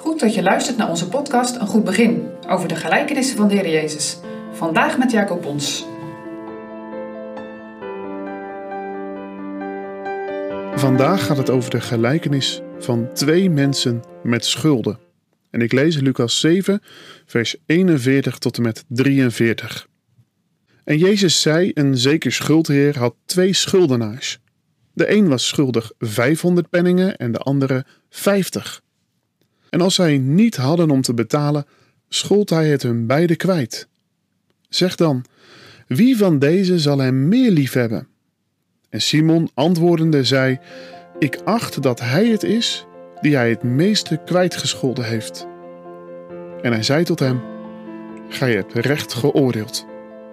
Goed dat je luistert naar onze podcast Een Goed Begin over de gelijkenissen van de Heer Jezus. Vandaag met Jacob Bons. Vandaag gaat het over de gelijkenis van twee mensen met schulden. En ik lees Lucas 7, vers 41 tot en met 43. En Jezus zei, een zeker schuldheer had twee schuldenaars. De een was schuldig 500 penningen en de andere 50. En als zij niet hadden om te betalen, schold hij het hun beiden kwijt. Zeg dan, wie van deze zal hem meer lief hebben? En Simon antwoordende zei, ik acht dat hij het is die hij het meeste kwijtgescholden heeft. En hij zei tot hem, gij hebt recht geoordeeld.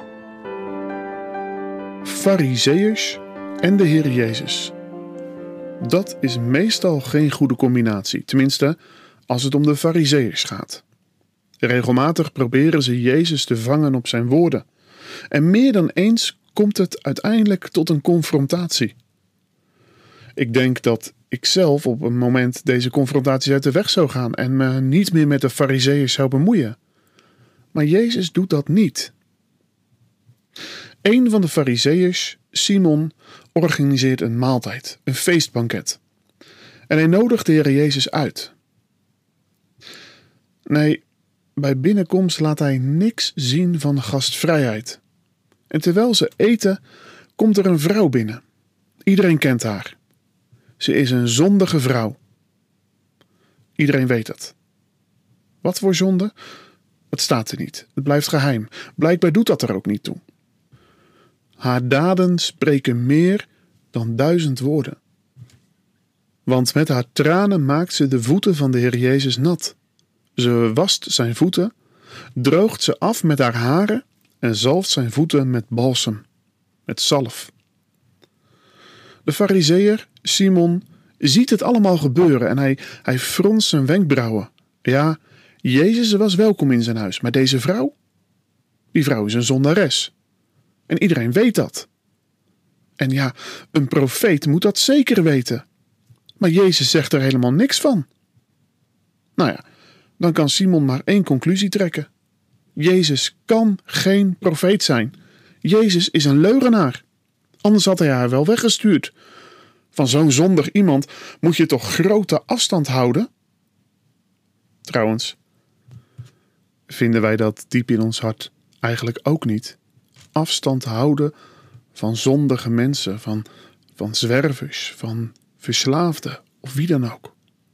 Farizeeërs en de Heer Jezus. Dat is meestal geen goede combinatie, tenminste als het om de Farizeeërs gaat. Regelmatig proberen ze Jezus te vangen op zijn woorden. En meer dan eens komt het uiteindelijk tot een confrontatie. Ik denk dat ik zelf op een moment deze confrontatie uit de weg zou gaan en me niet meer met de Farizeeërs zou bemoeien. Maar Jezus doet dat niet. Een van de Farizeeërs, Simon, organiseert een maaltijd, een feestbanket. En hij nodigt de Heer Jezus uit. Nee, bij binnenkomst laat hij niks zien van gastvrijheid. En terwijl ze eten, komt er een vrouw binnen. Iedereen kent haar. Ze is een zondige vrouw. Iedereen weet het. Wat voor zonde? Het staat er niet. Het blijft geheim. Blijkbaar doet dat er ook niet toe. Haar daden spreken meer dan 1000 woorden. Want met haar tranen maakt ze de voeten van de Heer Jezus nat. Ze wast zijn voeten, droogt ze af met haar haren en zalft zijn voeten met balsem, met zalf. De Farizeeër, Simon, ziet het allemaal gebeuren en hij fronst zijn wenkbrauwen. Ja, Jezus was welkom in zijn huis, maar deze vrouw? Die vrouw is een zondares. En iedereen weet dat. En ja, een profeet moet dat zeker weten. Maar Jezus zegt er helemaal niks van. Nou ja, dan kan Simon maar één conclusie trekken. Jezus kan geen profeet zijn. Jezus is een leugenaar. Anders had hij haar wel weggestuurd. Van zo'n zondig iemand moet je toch grote afstand houden? Trouwens, vinden wij dat diep in ons hart eigenlijk ook niet? Afstand houden van zondige mensen, van zwervers, van verslaafden of wie dan ook.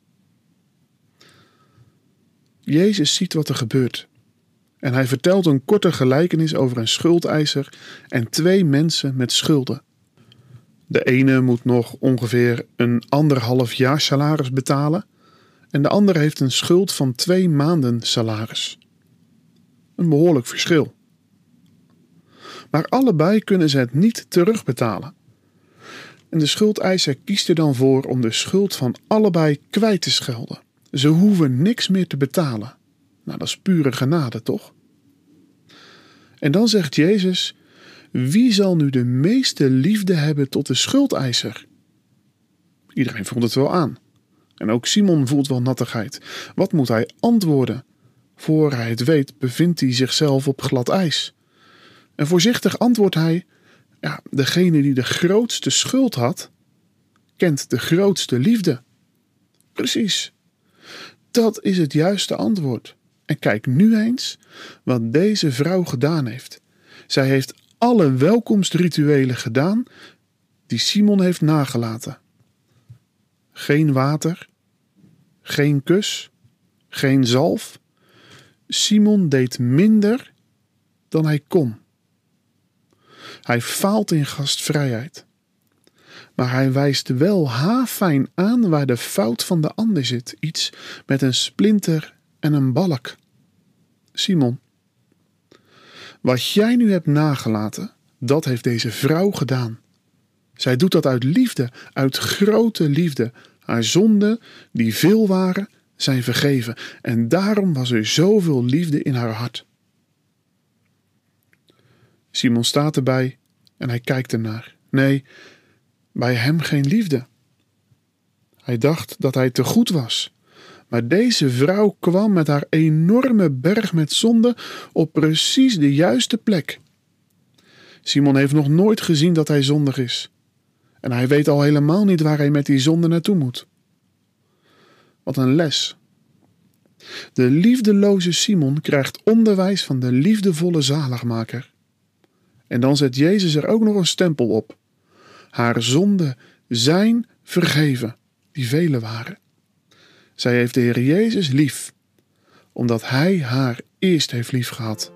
Jezus ziet wat er gebeurt. En hij vertelt een korte gelijkenis over een schuldeiser en twee mensen met schulden. De ene moet nog ongeveer een 1,5 jaar salaris betalen en de ander heeft een schuld van 2 maanden salaris. Een behoorlijk verschil. Maar allebei kunnen ze het niet terugbetalen. En de schuldeiser kiest er dan voor om de schuld van allebei kwijt te schelden. Ze hoeven niks meer te betalen. Nou, dat is pure genade, toch? En dan zegt Jezus, wie zal nu de meeste liefde hebben tot de schuldeiser? Iedereen voelt het wel aan. En ook Simon voelt wel nattigheid. Wat moet hij antwoorden? Voor hij het weet, bevindt hij zichzelf op glad ijs. En voorzichtig antwoordt hij, ja, degene die de grootste schuld had, kent de grootste liefde. Precies. Dat is het juiste antwoord. En kijk nu eens wat deze vrouw gedaan heeft. Zij heeft alle welkomstrituelen gedaan die Simon heeft nagelaten. Geen water, geen kus, geen zalf. Simon deed minder dan hij kon. Hij faalt in gastvrijheid. Maar hij wijst wel haarfijn aan waar de fout van de ander zit. Iets met een splinter en een balk. Simon, wat jij nu hebt nagelaten, dat heeft deze vrouw gedaan. Zij doet dat uit liefde, uit grote liefde. Haar zonden, die veel waren, zijn vergeven. En daarom was er zoveel liefde in haar hart. Simon staat erbij en hij kijkt ernaar. Nee, bij hem geen liefde. Hij dacht dat hij te goed was. Maar deze vrouw kwam met haar enorme berg met zonde op precies de juiste plek. Simon heeft nog nooit gezien dat hij zondig is. En hij weet al helemaal niet waar hij met die zonde naartoe moet. Wat een les. De liefdeloze Simon krijgt onderwijs van de liefdevolle zaligmaker. En dan zet Jezus er ook nog een stempel op. Haar zonden zijn vergeven, die vele waren. Zij heeft de Heer Jezus lief, omdat Hij haar eerst heeft liefgehad.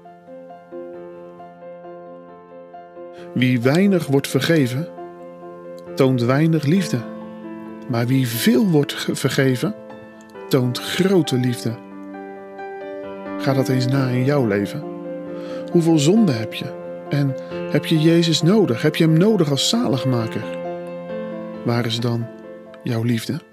Wie weinig wordt vergeven, toont weinig liefde. Maar wie veel wordt vergeven, toont grote liefde. Ga dat eens na in jouw leven. Hoeveel zonde heb je? En heb je Jezus nodig? Heb je Hem nodig als zaligmaker? Waar is dan jouw liefde?